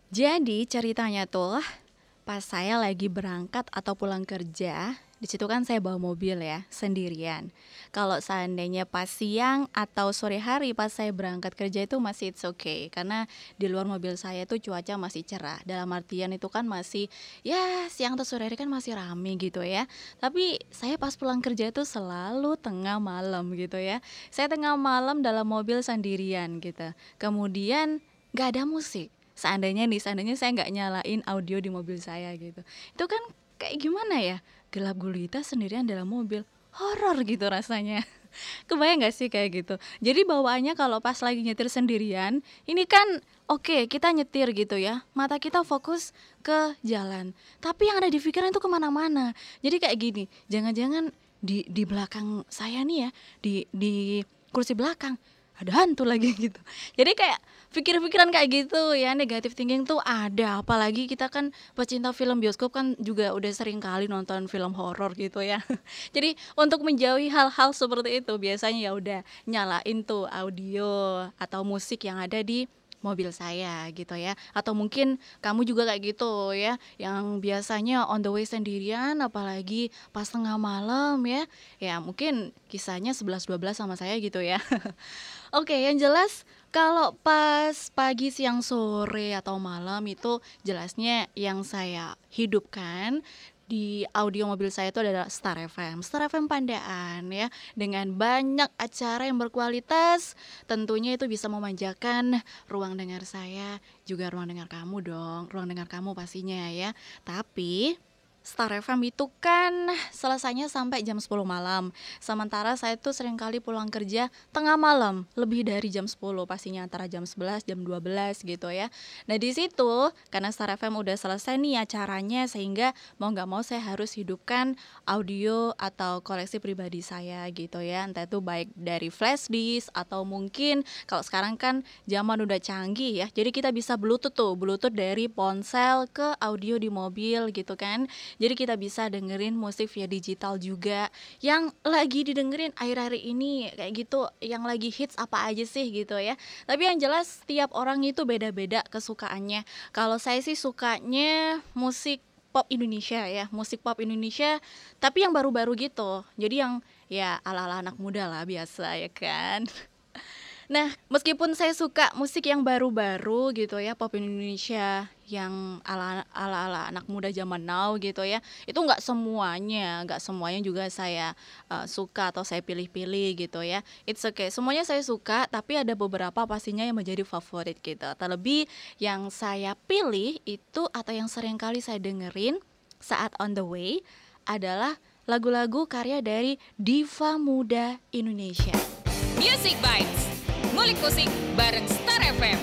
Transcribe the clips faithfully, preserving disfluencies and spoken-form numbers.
Jadi ceritanya tuh pas saya lagi berangkat atau pulang kerja, di situ kan saya bawa mobil ya, sendirian. Kalau seandainya pas siang atau sore hari pas saya berangkat kerja itu masih it's okay karena di luar mobil saya tuh cuaca masih cerah. Dalam artian itu kan masih ya siang atau sore hari kan masih rame gitu ya. Tapi saya pas pulang kerja itu selalu tengah malam gitu ya. Saya tengah malam dalam mobil sendirian gitu. Kemudian nggak ada musik. Seandainya nih, seandainya saya nggak nyalain audio di mobil saya gitu. Itu kan kayak gimana ya? Gelap gulita sendirian dalam mobil. Horor gitu rasanya. Kebayang nggak sih kayak gitu? Jadi bawaannya kalau pas lagi nyetir sendirian, ini kan oke kita nyetir gitu ya, mata kita fokus ke jalan. Tapi yang ada di pikiran tuh kemana-mana. Jadi kayak gini, jangan-jangan di di belakang saya nih ya, di di kursi belakang ada hantu lagi gitu. Jadi kayak pikir-pikiran kayak gitu ya, negatif thinking tuh ada. Apalagi kita kan pecinta film bioskop kan juga udah sering kali nonton film horor gitu ya. Jadi untuk menjauhi hal-hal seperti itu biasanya ya udah nyalain tuh audio atau musik yang ada di mobil saya gitu ya. Atau mungkin kamu juga kayak gitu ya, yang biasanya on the way sendirian apalagi pas tengah malam ya. Ya mungkin kisahnya sebelas dua belas sama saya gitu ya. Oke, yang jelas kalau pas pagi, siang, sore, atau malam itu jelasnya yang saya hidupkan di audio mobil saya itu adalah Star F M. Star F M Pandaan ya, dengan banyak acara yang berkualitas, tentunya itu bisa memanjakan ruang dengar saya, juga ruang dengar kamu dong, ruang dengar kamu pastinya ya. Tapi Star F M itu kan selesainya sampai jam sepuluh malam. Sementara saya tuh sering kali pulang kerja tengah malam, lebih dari jam sepuluh pastinya antara jam sebelas, jam dua belas gitu ya. Nah, di situ karena Star F M udah selesai nih acaranya sehingga mau nggak mau saya harus hidupkan audio atau koleksi pribadi saya gitu ya. Entah itu baik dari flash disk atau mungkin kalau sekarang kan zaman udah canggih ya. Jadi kita bisa Bluetooth tuh, Bluetooth dari ponsel ke audio di mobil gitu kan. Jadi kita bisa dengerin musik via digital juga. Yang lagi didengerin akhir-akhir ini kayak gitu, yang lagi hits apa aja sih gitu ya. Tapi yang jelas tiap orang itu beda-beda kesukaannya. Kalau saya sih sukanya musik pop Indonesia ya, musik pop Indonesia tapi yang baru-baru gitu. Jadi yang ya ala-ala anak muda lah biasa ya kan. Nah, meskipun saya suka musik yang baru-baru gitu ya, pop Indonesia yang ala ala anak muda zaman now gitu ya, itu nggak semuanya, nggak semuanya juga saya uh, suka atau saya pilih-pilih gitu ya. It's okay, semuanya saya suka, tapi ada beberapa pastinya yang menjadi favorit gitu. Terlebih yang saya pilih itu atau yang sering kali saya dengerin saat on the way adalah lagu-lagu karya dari diva muda Indonesia. Music Bites, ngulik musik bareng Star F M.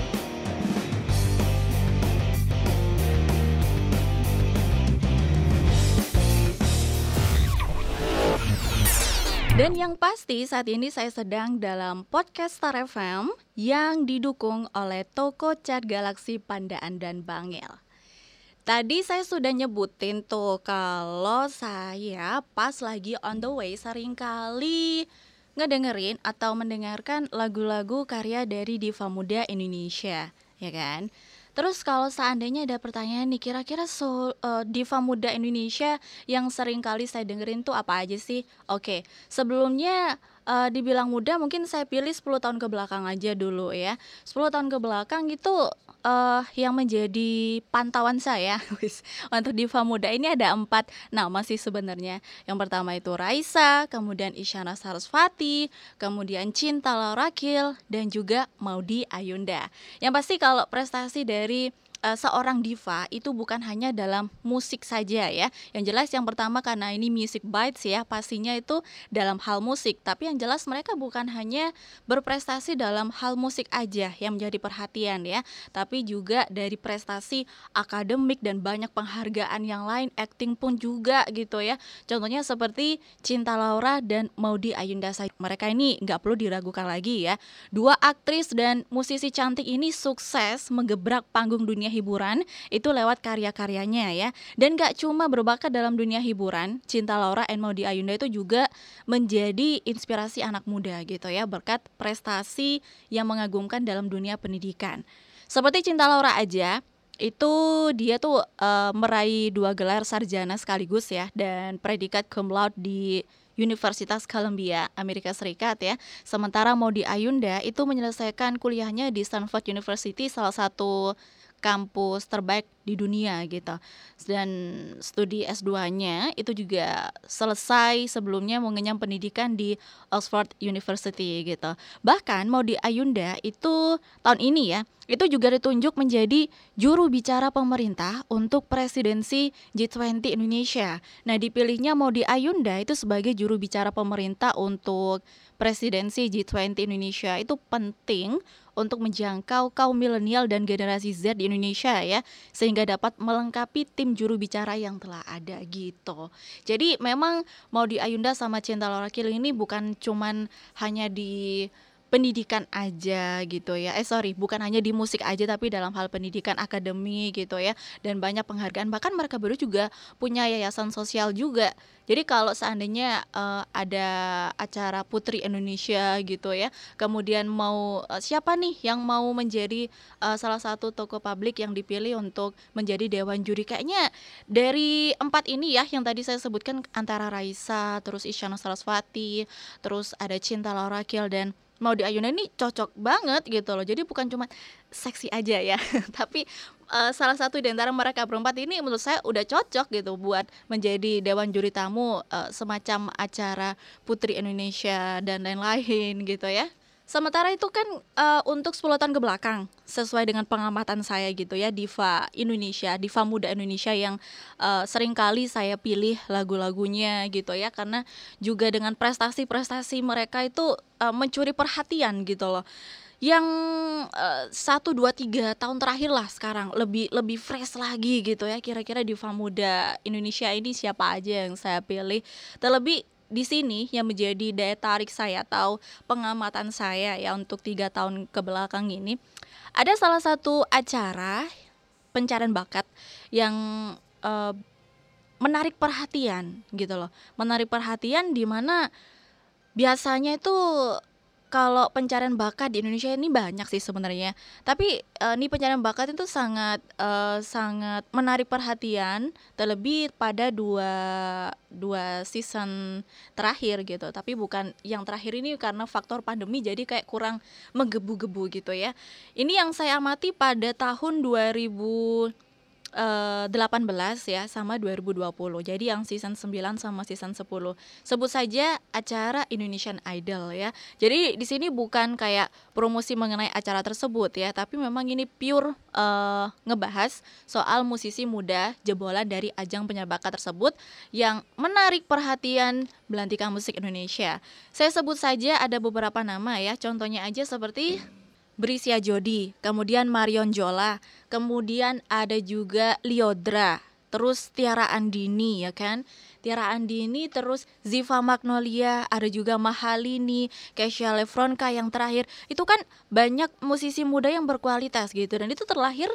Dan yang pasti saat ini saya sedang dalam podcast Star F M yang didukung oleh toko Cat Galaxy Pandaan dan Bangil. Tadi saya sudah nyebutin tuh kalau saya pas lagi on the way seringkali ngedengerin atau mendengarkan lagu-lagu karya dari diva muda Indonesia, ya kan? Terus kalau seandainya ada pertanyaan nih, kira-kira so, uh, diva muda Indonesia yang sering kali saya dengerin tuh apa aja sih? Oke, sebelumnya uh, dibilang muda mungkin saya pilih sepuluh tahun ke belakang aja dulu ya. sepuluh tahun ke belakang itu uh, yang menjadi pantauan saya untuk diva muda ini ada empat nama sih sebenarnya. Yang pertama itu Raisa, kemudian Isyana Sarasvati, kemudian Cinta Laura Kil, dan juga Maudy Ayunda. Yang pasti kalau prestasi dari uh, seorang diva itu bukan hanya dalam musik saja ya. Yang jelas yang pertama karena ini Music Bites ya, pastinya itu dalam hal musik. Tapi yang jelas mereka bukan hanya berprestasi dalam hal musik aja yang menjadi perhatian ya, tapi juga dari prestasi akademik dan banyak penghargaan yang lain, acting pun juga gitu ya. Contohnya seperti Cinta Laura dan Maudy Ayunda. Mereka ini nggak perlu diragukan lagi ya. Dua aktris dan musisi cantik ini sukses menggebrak panggung dunia hiburan itu lewat karya-karyanya ya. Dan gak cuma berbakat dalam dunia hiburan, Cinta Laura dan Maudy Ayunda itu juga menjadi inspirasi anak muda gitu ya, berkat prestasi yang mengagumkan dalam dunia pendidikan. Seperti Cinta Laura aja, Itu dia tuh, eee, meraih dua gelar sarjana sekaligus ya, dan predikat cum laude di Universitas Columbia, Amerika Serikat ya. Sementara Maudy Ayunda itu menyelesaikan kuliahnya di Stanford University, salah satu kampus terbaik di dunia gitu. Dan studi S dua-nya itu juga selesai sebelumnya mengenyam pendidikan di Oxford University gitu. Bahkan Maudy Ayunda itu tahun ini ya, itu juga ditunjuk menjadi juru bicara pemerintah untuk presidensi G dua puluh Indonesia. Nah, dipilihnya Maudy Ayunda itu sebagai juru bicara pemerintah untuk presidensi G dua puluh Indonesia itu penting untuk menjangkau kaum milenial dan generasi Z di Indonesia ya, sehingga dapat melengkapi tim juru bicara yang telah ada gitu. Jadi memang Maudy Ayunda sama Cinta Laura Killing ini bukan cuman hanya di pendidikan aja gitu ya. Eh sorry, bukan hanya di musik aja tapi dalam hal pendidikan akademi gitu ya. Dan banyak penghargaan. Bahkan mereka berdua juga punya yayasan sosial juga. Jadi kalau seandainya uh, ada acara Putri Indonesia gitu ya, kemudian mau uh, siapa nih yang mau menjadi uh, salah satu tokoh publik yang dipilih untuk menjadi dewan juri, kayaknya dari empat ini ya yang tadi saya sebutkan, antara Raisa, terus Isyana Sarasvati, terus ada Cinta Laura Kill dan Maudy Ayunda ini cocok banget gitu loh. Jadi bukan cuma seksi aja ya, tapi uh, salah satu di antara mereka berempat ini menurut saya udah cocok gitu buat menjadi dewan juri tamu uh, semacam acara Putri Indonesia dan lain-lain gitu ya. Sementara itu kan uh, untuk sepuluh tahun ke belakang, sesuai dengan pengamatan saya gitu ya, diva Indonesia, diva muda Indonesia yang uh, seringkali saya pilih lagu-lagunya gitu ya, karena juga dengan prestasi-prestasi mereka itu uh, mencuri perhatian gitu loh. Yang uh, satu dua tiga tahun terakhir lah sekarang lebih lebih fresh lagi gitu ya. Kira-kira diva muda Indonesia ini siapa aja yang saya pilih? Terlebih di sini yang menjadi daya tarik saya atau pengamatan saya ya untuk tiga tahun ke belakang ini, ada salah satu acara pencarian bakat yang uh, menarik perhatian gitu loh. Menarik perhatian di mana biasanya itu kalau pencarian bakat di Indonesia ini banyak sih sebenarnya, tapi uh, ini pencarian bakat itu sangat uh, sangat menarik perhatian, terlebih pada dua dua season terakhir gitu. Tapi bukan yang terakhir ini karena faktor pandemi jadi kayak kurang menggebu-gebu gitu ya. Ini yang saya amati pada tahun dua ribu delapan belas ya sama dua ribu dua puluh. Jadi yang season sembilan sama season sepuluh. Sebut saja acara Indonesian Idol ya. Jadi di sini bukan kayak promosi mengenai acara tersebut ya, tapi memang ini pure uh, ngebahas soal musisi muda jebolan dari ajang pencarian bakat tersebut yang menarik perhatian belantika musik Indonesia. Saya sebut saja ada beberapa nama ya. Contohnya aja seperti Brisya Jody, kemudian Marion Jola, kemudian ada juga Lyodra, terus Tiara Andini ya kan, Tiara Andini, terus Ziva Magnolia, ada juga Mahalini, Kesha Lefronka yang terakhir. Itu kan banyak musisi muda yang berkualitas gitu, dan itu terlahir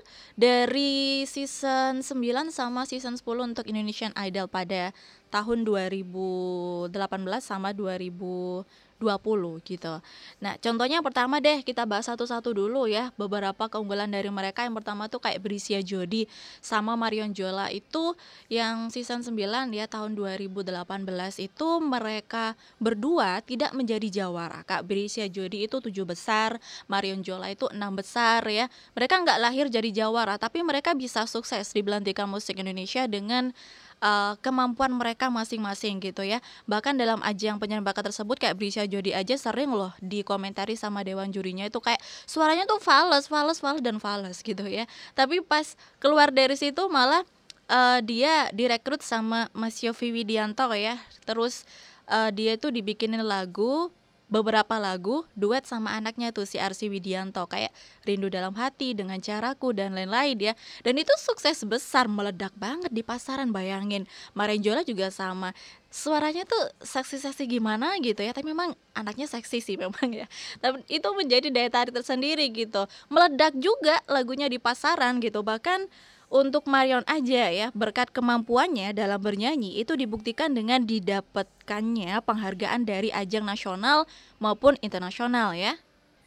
dari season sembilan sama season sepuluh untuk Indonesian Idol pada tahun dua ribu delapan belas sama dua ribu dua puluh gitu. Nah, contohnya yang pertama deh kita bahas satu-satu dulu ya, beberapa keunggulan dari mereka. Yang pertama tuh kayak Brisya Jody sama Marion Jola, itu yang season sembilan ya tahun dua ribu delapan belas itu mereka berdua tidak menjadi jawara. Kak Brisya Jody itu tujuh besar, Marion Jola itu enam besar ya. Mereka nggak lahir jadi jawara, tapi mereka bisa sukses di belantika musik Indonesia dengan Uh, kemampuan mereka masing-masing gitu ya. Bahkan dalam ajang pencarian bakat tersebut kayak Brisya Jody aja sering loh dikomentari sama dewan jurinya itu kayak suaranya tuh fals, fals, fals dan fals gitu ya. Tapi pas keluar dari situ malah uh, dia direkrut sama Mas Yovie Widianto ya. Terus uh, dia tuh dibikinin lagu, beberapa lagu duet sama anaknya tuh si Arsy Widianto, kayak Rindu Dalam Hati, Dengan Caraku dan lain-lain ya. Dan itu sukses besar, meledak banget di pasaran, bayangin. Marion Jola juga sama, suaranya tuh seksi-seksi gimana gitu ya, tapi memang anaknya seksi sih memang ya. Tapi itu menjadi daya tarik tersendiri gitu. Meledak juga lagunya di pasaran gitu. Bahkan untuk Marion aja ya, berkat kemampuannya dalam bernyanyi itu dibuktikan dengan didapatkannya penghargaan dari ajang nasional maupun internasional ya.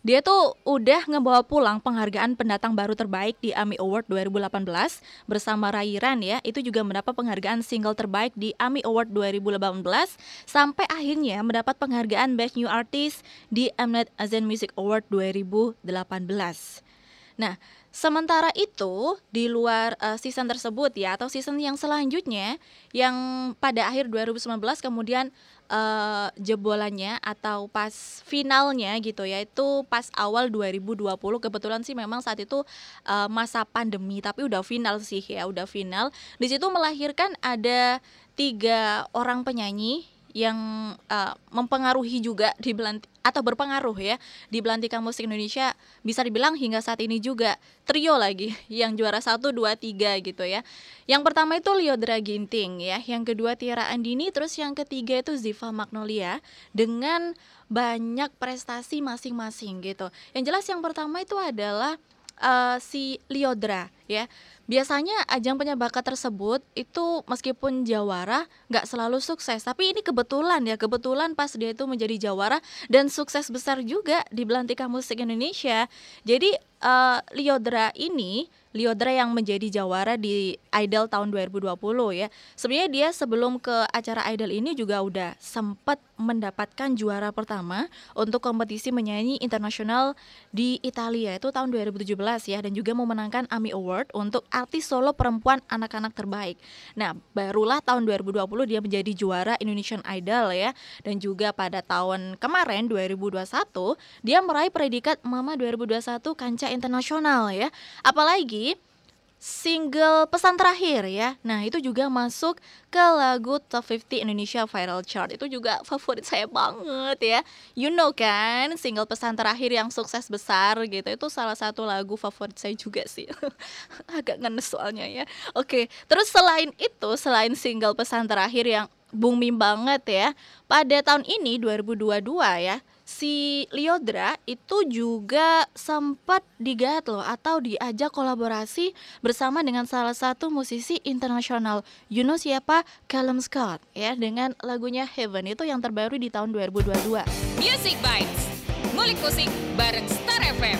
Dia tuh udah ngebawa pulang penghargaan pendatang baru terbaik di AMI Award dua ribu delapan belas bersama Rairan ya. Itu juga mendapat penghargaan single terbaik di AMI Award dua ribu delapan belas sampai akhirnya mendapat penghargaan Best New Artist di Mnet Asian Music Award dua ribu delapan belas. Nah, sementara itu di luar uh, season tersebut ya atau season yang selanjutnya yang pada akhir dua ribu sembilan belas kemudian uh, jebolannya atau pas finalnya gitu ya itu pas awal dua ribu dua puluh. Kebetulan sih memang saat itu uh, masa pandemi tapi udah final sih ya, udah final. Di situ melahirkan ada tiga orang penyanyi yang uh, mempengaruhi juga di belanti atau berpengaruh ya di belantika musik Indonesia, bisa dibilang hingga saat ini juga trio lagi yang juara satu, dua, tiga gitu ya. Yang pertama itu Lyodra Ginting ya, yang kedua Tiara Andini, terus yang ketiga itu Ziva Magnolia dengan banyak prestasi masing-masing gitu. Yang jelas yang pertama itu adalah uh, si Lyodra ya. Biasanya ajang penyebakat tersebut itu meskipun jawara nggak selalu sukses, tapi ini kebetulan ya, kebetulan pas dia itu menjadi jawara dan sukses besar juga di belantika musik Indonesia. Jadi uh, Lyodra ini, Lyodra yang menjadi jawara di Idol tahun dua ribu dua puluh ya. Sebenarnya dia sebelum ke acara Idol ini juga udah sempat mendapatkan juara pertama untuk kompetisi menyanyi internasional di Italia itu tahun dua ribu tujuh belas ya, dan juga memenangkan AMI Award untuk artis solo perempuan anak-anak terbaik. Nah, barulah tahun dua ribu dua puluh dia menjadi juara Indonesian Idol ya, dan juga pada tahun kemarin dua ribu dua puluh satu dia meraih predikat Mama dua ribu dua puluh satu kancah internasional ya. Apalagi single pesan terakhir ya. Nah, itu juga masuk ke lagu Top lima puluh Indonesia Viral Chart. Itu juga favorit saya banget ya. You know kan, single pesan terakhir yang sukses besar gitu. Itu salah satu lagu favorit saya juga sih. Agak ngenes soalnya ya. Oke, terus selain itu, selain single pesan terakhir yang booming banget ya, pada tahun ini dua ribu dua puluh dua ya, si Lyodra itu juga sempat digaet loh atau diajak kolaborasi bersama dengan salah satu musisi internasional. You know siapa? Callum Scott ya, dengan lagunya Heaven itu yang terbaru di tahun dua ribu dua puluh dua. Music Bites, ngulik musik bareng Star F M.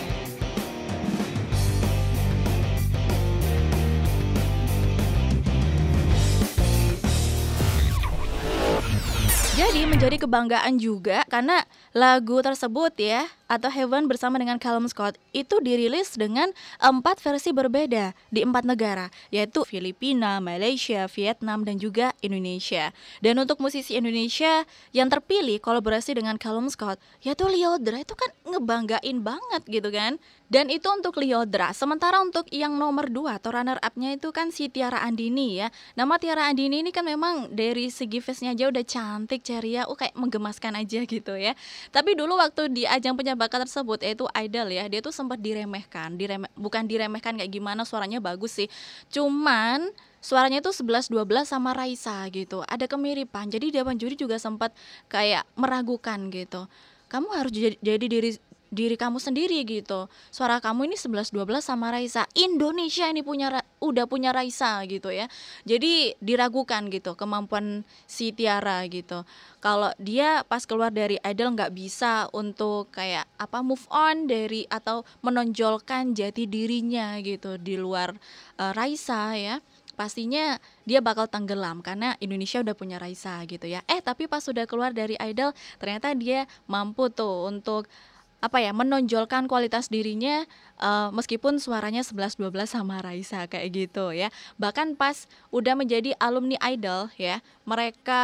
Jadi menjadi kebanggaan juga karena lagu tersebut ya atau Heaven bersama dengan Callum Scott itu dirilis dengan empat versi berbeda di empat negara, yaitu Filipina, Malaysia, Vietnam, dan juga Indonesia. Dan untuk musisi Indonesia yang terpilih kolaborasi dengan Callum Scott yaitu Lyodra, itu kan ngebanggain banget gitu kan. Dan itu untuk Lyodra. Sementara untuk yang nomor dua atau runner up-nya itu kan si Tiara Andini ya. Nama Tiara Andini ini kan memang dari segi face-nya aja udah cantik, ceria, uh kayak menggemaskan aja gitu ya. Tapi dulu waktu di ajang penyebakan tersebut yaitu Idol ya, dia tuh sempat diremehkan, direme, bukan diremehkan kayak gimana, suaranya bagus sih. Cuman suaranya tuh sebelas dua belas sama Raisa gitu. Ada kemiripan. Jadi dewan juri juga sempat kayak meragukan gitu. Kamu harus jadi, jadi diri diri kamu sendiri gitu. Suara kamu ini sebelas dua belas sama Raisa. Indonesia ini punya udah punya Raisa gitu ya. Jadi diragukan gitu kemampuan si Tiara gitu. Kalau dia pas keluar dari Idol nggak bisa untuk kayak apa move on dari atau menonjolkan jati dirinya gitu di luar uh, Raisa ya. Pastinya dia bakal tenggelam karena Indonesia udah punya Raisa gitu ya. Eh tapi pas sudah keluar dari Idol ternyata dia mampu tuh untuk apa ya menonjolkan kualitas dirinya uh, meskipun suaranya sebelas dua belas sama Raisa kayak gitu ya. Bahkan pas udah menjadi alumni Idol ya, mereka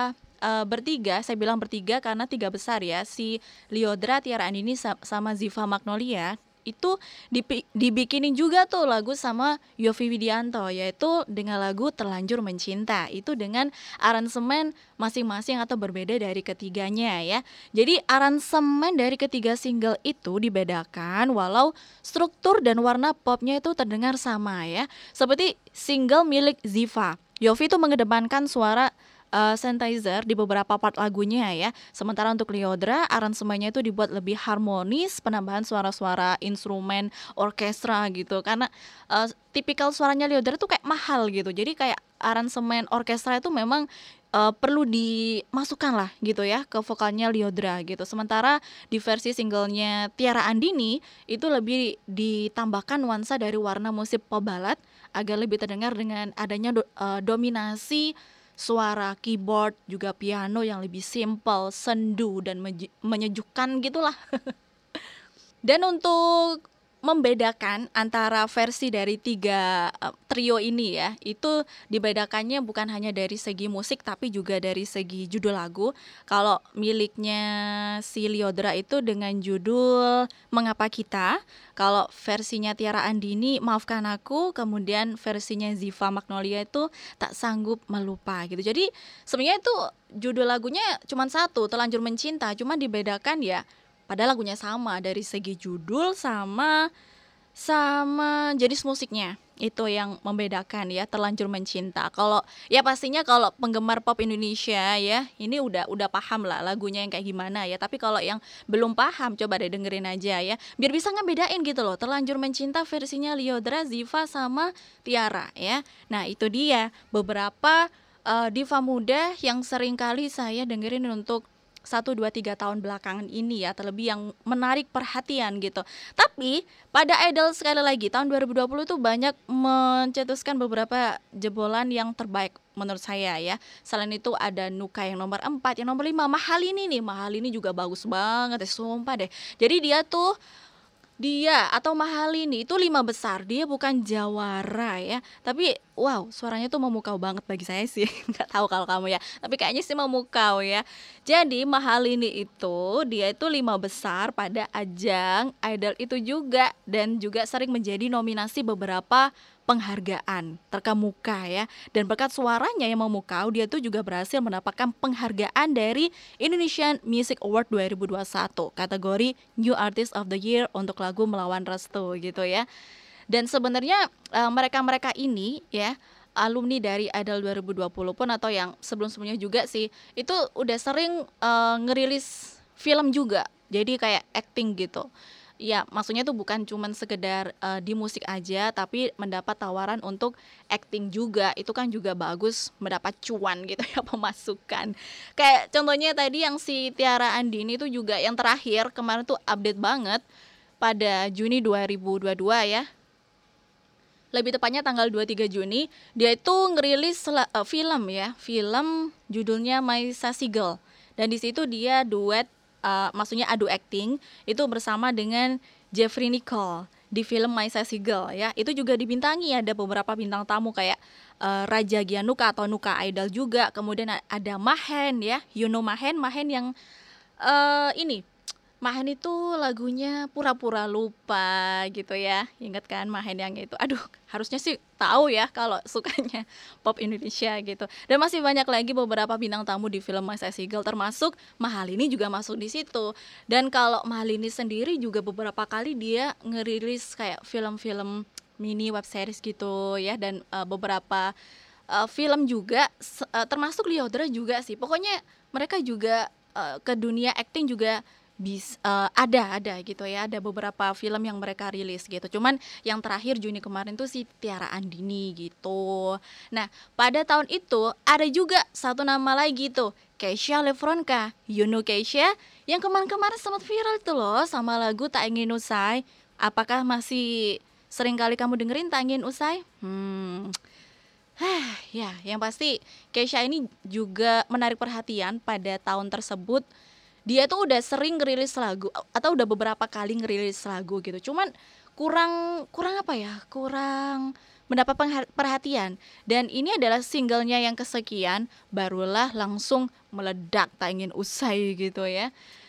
uh, bertiga, saya bilang bertiga karena tiga besar ya, si Lyodra, Tiara Andini sama Ziva Magnolia itu dibikinin juga tuh lagu sama Yovie Widianto, yaitu dengan lagu Terlanjur Mencinta. Itu dengan aransemen masing-masing atau berbeda dari ketiganya ya. Jadi aransemen dari ketiga single itu dibedakan walau struktur dan warna popnya itu terdengar sama ya. Seperti single milik Ziva, Yovie itu mengedepankan suara Uh, synthesizer di beberapa part lagunya ya. Sementara untuk Lyodra, aransemennya itu dibuat lebih harmonis, penambahan suara-suara instrumen orkestra gitu. Karena uh, tipikal suaranya Lyodra tuh kayak mahal gitu. Jadi kayak aransemen orkestra itu memang eee, perlu dimasukkan lah gitu ya ke vokalnya Lyodra gitu. Sementara di versi singlenya Tiara Andini itu lebih ditambahkan nuansa dari warna musik pop ballad agar lebih terdengar dengan adanya do eee, dominasi suara keyboard juga piano yang lebih simpel, sendu dan meji menyejukkan gitulah. Dan untuk membedakan antara versi dari tiga, eee, trio ini ya, itu dibedakannya bukan hanya dari segi musik tapi juga dari segi judul lagu. Kalau miliknya si Lyodra itu dengan judul Mengapa Kita, kalau versinya Tiara Andini Maafkan Aku, kemudian versinya Ziva Magnolia itu Tak Sanggup Melupa gitu. Jadi sebenarnya itu judul lagunya cuman satu, Terlanjur Mencinta, cuma dibedakan ya padahal lagunya sama dari segi judul sama sama jenis musiknya. Itu yang membedakan ya, Terlanjur Mencinta. Kalau ya pastinya kalau penggemar pop Indonesia ya, ini udah udah paham lah lagunya yang kayak gimana ya. Tapi kalau yang belum paham coba deh dengerin aja ya, biar bisa ngebedain gitu loh. Terlanjur Mencinta versinya Lyodra, Ziva sama Tiara ya. Nah, itu dia beberapa uh, diva muda yang sering kali saya dengerin untuk satu, dua, tiga tahun belakangan ini ya, terlebih yang menarik perhatian gitu. Tapi pada Idol sekali lagi tahun dua ribu dua puluh tuh banyak mencetuskan beberapa jebolan yang terbaik menurut saya ya. Selain itu ada Nuka yang nomor empat, yang nomor lima Mahal ini nih, Mahal ini juga bagus banget ya, sumpah deh. Jadi dia tuh dia atau Mahalini itu lima besar, dia bukan jawara ya. Tapi wow, suaranya tuh memukau banget bagi saya sih. Nggak tahu kalau kamu ya, tapi kayaknya sih memukau ya. Jadi Mahalini itu dia itu lima besar pada ajang Idol itu juga, dan juga sering menjadi nominasi beberapa penghargaan terkemuka ya. Dan berkat suaranya yang memukau, dia tuh juga berhasil mendapatkan penghargaan dari Indonesian Music Award dua ribu dua puluh satu kategori New Artist of the Year untuk lagu Melawan Restu gitu ya. Dan sebenarnya uh, mereka-mereka ini ya, alumni dari Idol dua ribu dua puluh pun atau yang sebelum-sebelumnya juga sih, itu udah sering uh, ngerilis film juga. Jadi kayak acting gitu. Ya, maksudnya tuh bukan cuman sekedar uh, di musik aja, tapi mendapat tawaran untuk acting juga. Itu kan juga bagus, mendapat cuan gitu ya, pemasukan. Kayak contohnya tadi yang si Tiara Andini itu juga yang terakhir kemarin tuh update banget pada Juni dua ribu dua puluh dua ya. Lebih tepatnya tanggal dua puluh tiga Juni, dia itu ngerilis uh, film ya, film judulnya My Sassy Girl. Dan di situ dia duet, uh, maksudnya adu acting itu bersama dengan Jeffrey Nicole di film My Sassy Girl ya. Itu juga dibintangi ada beberapa bintang tamu kayak uh, Raja Gianuka atau Nuka Idol juga. Kemudian ada Mahen ya, you know Mahen, Mahen yang uh, ini Mahen itu lagunya Pura-Pura Lupa gitu ya. Ingat kan Mahen yang itu? Aduh, harusnya sih tahu ya kalau sukanya pop Indonesia gitu. Dan masih banyak lagi beberapa bintang tamu di film My Sassy Girl, termasuk Mahalini juga masuk di situ. Dan kalau Mahalini sendiri juga beberapa kali dia ngerilis kayak film-film mini web series gitu ya, dan uh, beberapa uh, film juga uh, termasuk Lyodra juga sih. Pokoknya mereka juga uh, ke dunia acting juga Bis, uh, ada ada gitu ya, ada beberapa film yang mereka rilis gitu. Cuman yang terakhir Juni kemarin tuh si Tiara Andini gitu. Nah, pada tahun itu ada juga satu nama lagi tuh, Keisha Lefronka. You know Keisha yang kemarin-kemarin sempat viral tuh loh sama lagu Tak Ingin Usai. Apakah masih sering kali kamu dengerin Tak Ingin Usai? Hmm. Hah, ya, yang pasti Keisha ini juga menarik perhatian pada tahun tersebut. Dia tuh udah sering ngerilis lagu atau udah beberapa kali ngerilis lagu gitu. Cuman kurang kurang apa ya? Kurang mendapat perhatian. Dan ini adalah singlenya yang kesekian, barulah langsung meledak Tak Ingin Usai gitu ya.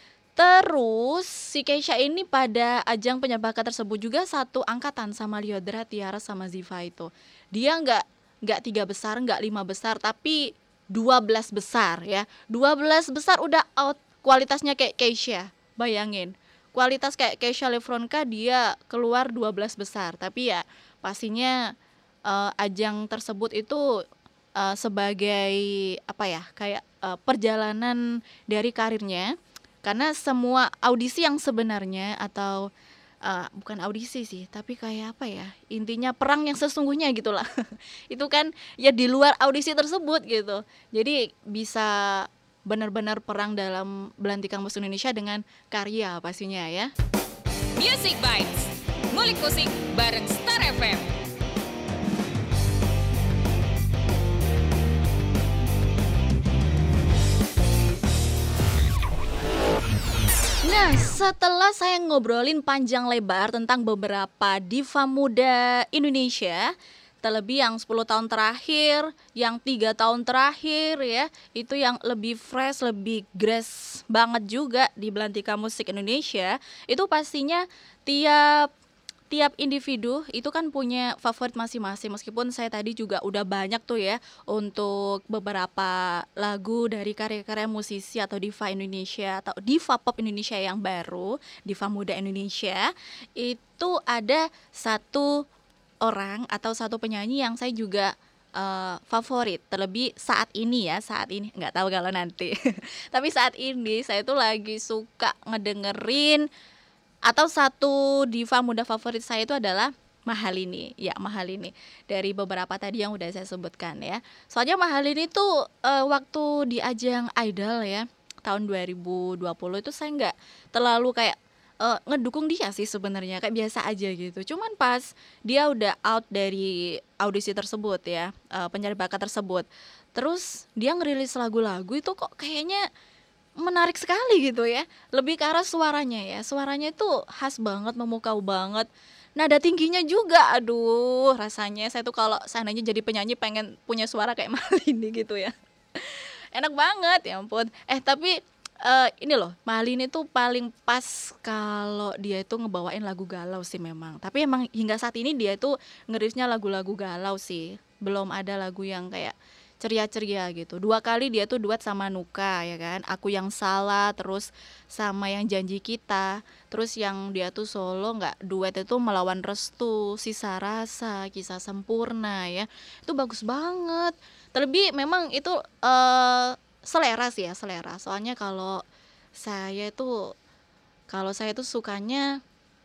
Terus si Keisha ini pada ajang penyerbakan tersebut juga satu angkatan sama Lyodra, Tiara sama Ziva itu. Dia nggak nggak tiga besar, nggak lima besar, tapi dua belas besar ya. dua belas besar udah out. Kualitasnya kayak Keisha, bayangin. Kualitas kayak Keisha Lefronka dia keluar dua belas besar. Tapi ya pastinya uh, ajang tersebut itu uh, sebagai apa ya, kayak uh, perjalanan dari karirnya. Karena semua audisi yang sebenarnya atau uh, bukan audisi sih, tapi kayak apa ya, intinya perang yang sesungguhnya gitulah. Itu kan ya di luar audisi tersebut gitu. Jadi bisa benar-benar perang dalam Belantika Musik Indonesia dengan karya pastinya ya. Music Bites, ngulik musik bareng Star F M. Nah, setelah saya ngobrolin panjang lebar tentang beberapa diva muda Indonesia, terlebih yang sepuluh tahun terakhir, yang tiga tahun terakhir ya, itu yang lebih fresh, lebih grace banget juga di Belantika Musik Indonesia. Itu pastinya tiap tiap individu itu kan punya favorit masing-masing. Meskipun saya tadi juga udah banyak tuh ya untuk beberapa lagu dari karya-karya musisi atau diva Indonesia atau diva pop Indonesia yang baru, diva muda Indonesia, itu ada satu orang atau satu penyanyi yang saya juga uh, favorit, terlebih saat ini ya, saat ini nggak tahu kalau nanti tapi saat ini saya tuh lagi suka ngedengerin, atau satu diva muda favorit saya itu adalah Mahalini. Ya, Mahalini. Dari beberapa tadi yang udah saya sebutkan ya. Soalnya Mahalini tuh uh, waktu di ajang Idol ya tahun dua ribu dua puluh itu saya nggak terlalu kayak uh, ngedukung dia sih sebenarnya, kayak biasa aja gitu. Cuman pas dia udah out dari audisi tersebut ya, uh, pencari bakat tersebut, terus dia ngerilis lagu-lagu itu kok kayaknya menarik sekali gitu ya. Lebih ke arah suaranya ya. Suaranya itu khas banget, memukau banget. Nada tingginya juga, aduh, rasanya saya tuh kalau seandainya jadi penyanyi pengen punya suara kayak Mahalini gitu ya. Enak banget, ya ampun. Eh tapi uh, ini loh, Mahalini tuh paling pas kalau dia itu ngebawain lagu galau sih memang. Tapi emang hingga saat ini dia tuh ngerilisnya lagu-lagu galau sih. Belum ada lagu yang kayak ceria-ceria gitu. Dua kali dia tuh duet sama Nuka ya kan, Aku Yang Salah, terus sama yang Janji Kita. Terus yang dia tuh solo nggak duet itu Melawan Restu, Sisa Rasa, Kisah Sempurna ya. Itu bagus banget. Terlebih memang itu uh, selera sih ya, selera. Soalnya kalau saya itu kalau saya tuh sukanya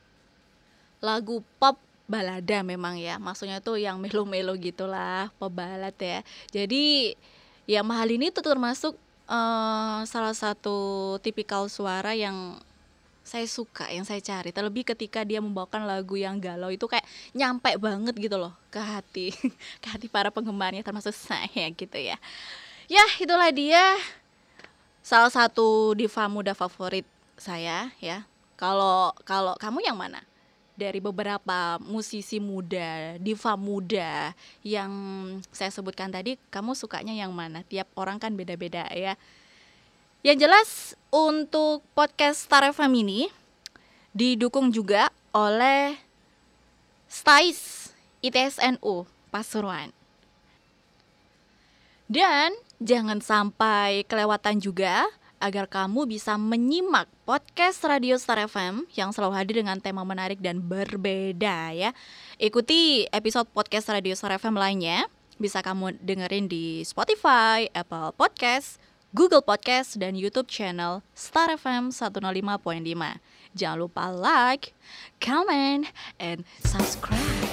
lagu pop balada memang ya, maksudnya tuh yang melo-melo gitulah, pop balad ya. Jadi ya Mahalini tuh termasuk uh, salah satu tipikal suara yang saya suka, yang saya cari. Terlebih ketika dia membawakan lagu yang galau itu kayak nyampe banget gitu loh ke hati, ke hati para penggemarnya termasuk saya gitu ya. Ya itulah dia salah satu diva muda favorit saya ya. Kalau kalau kamu yang mana? Dari beberapa musisi muda, diva muda yang saya sebutkan tadi, kamu sukanya yang mana? Tiap orang kan beda-beda ya. Yang jelas untuk podcast Star F M ini didukung juga oleh Stais I T S N U Pasuruan. Dan jangan sampai kelewatan juga agar kamu bisa menyimak podcast Radio Star F M yang selalu hadir dengan tema menarik dan berbeda ya. Ikuti episode podcast Radio Star F M lainnya, bisa kamu dengerin di Spotify, Apple Podcast, Google Podcast, dan YouTube channel Star F M seratus lima koma lima. Jangan lupa like, comment, and subscribe.